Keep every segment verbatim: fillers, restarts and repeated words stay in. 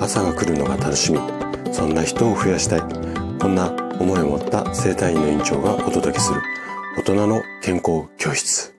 朝が来るのが楽しみ、そんな人を増やしたい、こんな思いを持った生体院の院長がお届けする大人の健康教室。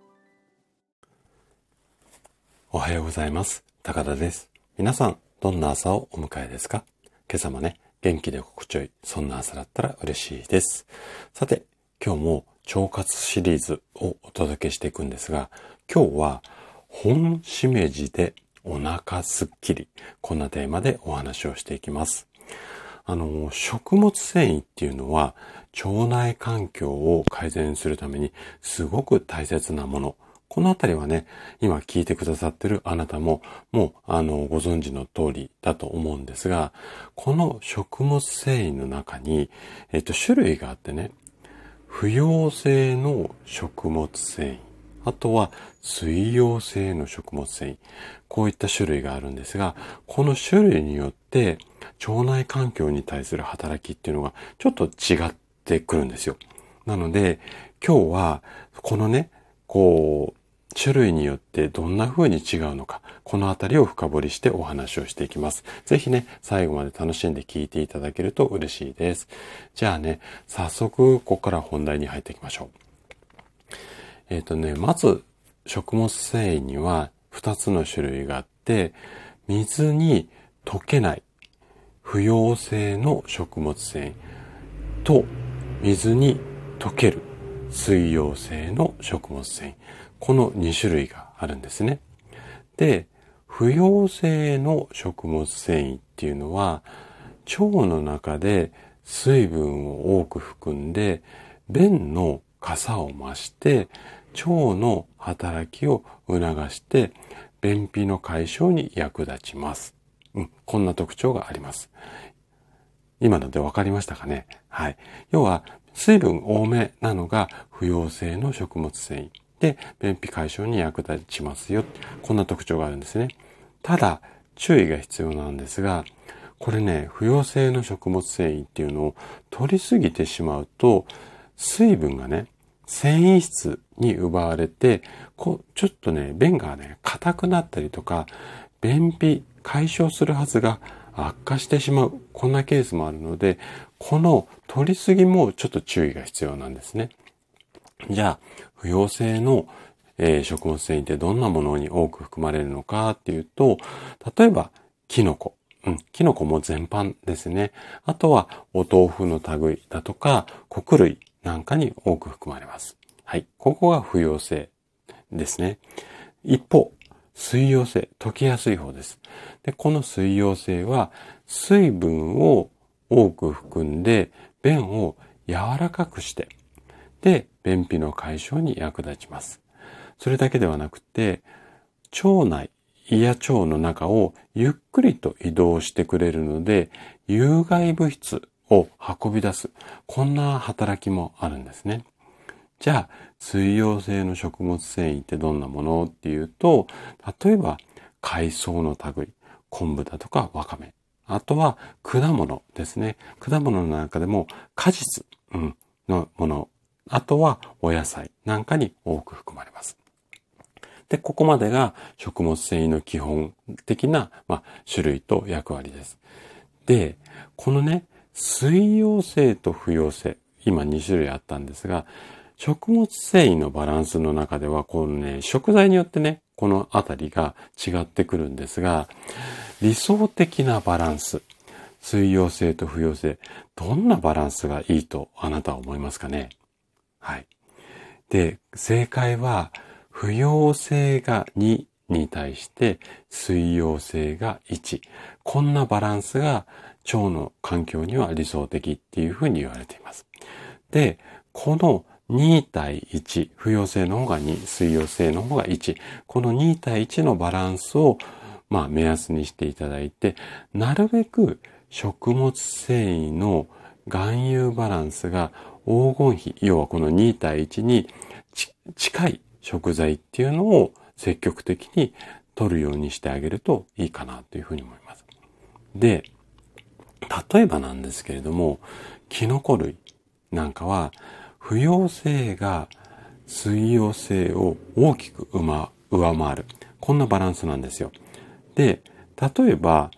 おはようございます。高田です。皆さんどんな朝をお迎えですか？今朝もね、元気で心地よい、そんな朝だったら嬉しいです。さて、今日も腸活シリーズをお届けしていくんですが、今日は本しめじでお腹すっきり、こんなテーマでお話をしていきます。あの、食物繊維っていうのは腸内環境を改善するためにすごく大切なもの。このあたりはね、今聞いてくださってるあなたももうあのご存知の通りだと思うんですが、この食物繊維の中に、えっと、種類があってね、不溶性の食物繊維、あとは水溶性の食物繊維、こういった種類があるんですが、この種類によって腸内環境に対する働きっていうのがちょっと違ってくるんですよ。なので今日はこのね、こう種類によってどんな風に違うのか、このあたりを深掘りしてお話をしていきます。ぜひね、最後まで楽しんで聞いていただけると嬉しいです。じゃあね、早速ここから本題に入っていきましょう。えっとね、まず食物繊維にはふたつの種類があって、水に溶けない不溶性の食物繊維と水に溶ける水溶性の食物繊維、このに種類があるんですね。で、不溶性の食物繊維っていうのは腸の中で水分を多く含んで便の傘を増して腸の働きを促して便秘の解消に役立ちます。うん、こんな特徴があります。今ので分かりましたかね？はい。要は水分多めなのが不溶性の食物繊維で便秘解消に役立ちますよ。こんな特徴があるんですね。ただ注意が必要なんですが、これね、不溶性の食物繊維っていうのを取りすぎてしまうと、水分がね、繊維質に奪われて、こうちょっとね、便がね、硬くなったりとか、便秘解消するはずが悪化してしまう、こんなケースもあるので、この取りすぎもちょっと注意が必要なんですね。じゃあ、不溶性の、えー、食物繊維ってどんなものに多く含まれるのかっていうと、例えば、キノコ。うん、キノコも全般ですね。あとは、お豆腐の類だとか、穀類なんかに多く含まれます。はい。ここが不溶性ですね。一方、水溶性、溶けやすい方です。で、この水溶性は、水分を多く含んで、便を柔らかくして、で、便秘の解消に役立ちます。それだけではなくて、腸内、胃や腸の中をゆっくりと移動してくれるので、有害物質を運び出す。こんな働きもあるんですね。じゃあ、水溶性の食物繊維ってどんなものっていうと、例えば、海藻の類、昆布だとかわかめ。あとは果物ですね。果物の中でも果実、うん、のもの。あとはお野菜なんかに多く含まれます。で、ここまでが食物繊維の基本的な、まあ、種類と役割です。で、このね、水溶性と不溶性、今に種類あったんですが、食物繊維のバランスの中では、このね、食材によってね、このあたりが違ってくるんですが、理想的なバランス、水溶性と不溶性、どんなバランスがいいとあなたは思いますかね？はい。で、正解は、不溶性がにに対して水溶性がいち。こんなバランスが腸の環境には理想的っていうふうに言われています。で、このに対いち、不溶性の方がに、水溶性の方がいち。このに対いちのバランスを、まあ、目安にしていただいて、なるべく食物繊維の含有バランスが黄金比、要はこのに対いちに近い食材っていうのを積極的に取るようにしてあげるといいかなというふうに思います。で、例えばなんですけれども、キノコ類なんかは不溶性が水溶性を大きく上回る。こんなバランスなんですよ。で、例えば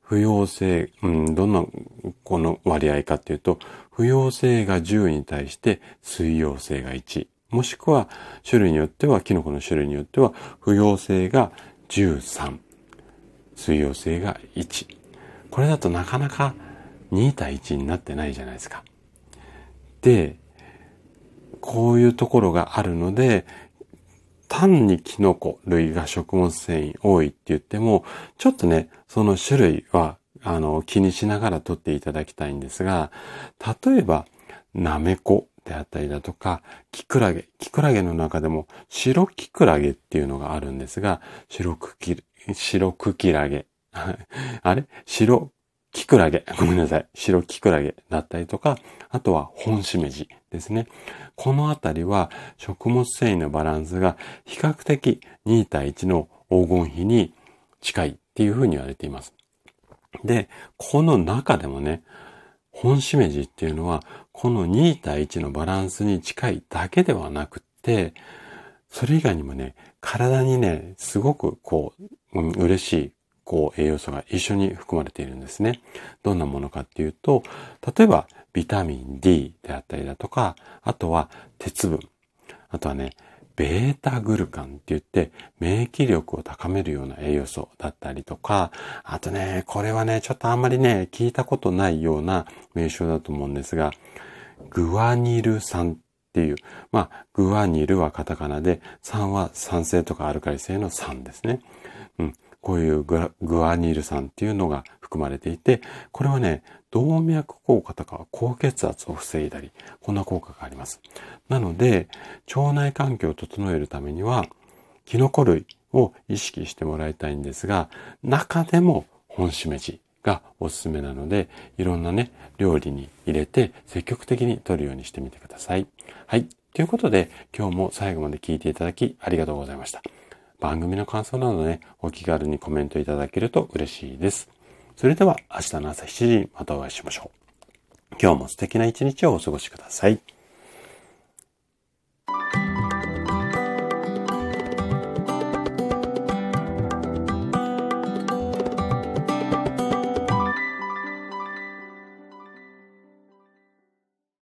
不溶性、うん、どんなこの割合かっていうと、不溶性がじゅうに対して水溶性がいち。もしくは種類によっては、キノコの種類によっては、不溶性がじゅうさん。水溶性がいち。これだとなかなかに対いちになってないじゃないですか。で、こういうところがあるので、単にキノコ類が食物繊維多いって言っても、ちょっとね、その種類は、あの、気にしながら取っていただきたいんですが、例えば、なめこであったりだとか、キクラゲ。キクラゲの中でも、白キクラゲっていうのがあるんですが、白クキ、白クキラゲ。あれ白キクラゲ。ごめんなさい。白キクラゲだったりとか、あとは本しめじですね。このあたりは食物繊維のバランスが比較的に対いちの黄金比に近いっていうふうに言われています。で、この中でもね、本しめじっていうのはこのに対いちのバランスに近いだけではなくって、それ以外にもね、体にね、すごくこう、うん、嬉しいこう栄養素が一緒に含まれているんですね。どんなものかっていうと、例えばビタミン D であったりだとか、あとは鉄分、あとはね、ベータグルカンって言って免疫力を高めるような栄養素だったりとか、あとね、これはね、ちょっとあんまりね、聞いたことないような名称だと思うんですが、グアニル酸っていう、まあ、グアニルはカタカナで、酸は酸性とかアルカリ性の酸ですね。うん。こういうググアニル酸っていうのが含まれていて、これはね、動脈硬化とか高血圧を防いだり、こんな効果があります。なので、腸内環境を整えるためには、キノコ類を意識してもらいたいんですが、中でも本しめじがおすすめなので、いろんなね、料理に入れて積極的に摂るようにしてみてください。はい。ということで、今日も最後まで聞いていただきありがとうございました。番組の感想などね、お気軽にコメントいただけると嬉しいです。それでは明日の朝しちじにまたお会いしましょう。今日も素敵な一日をお過ごしください。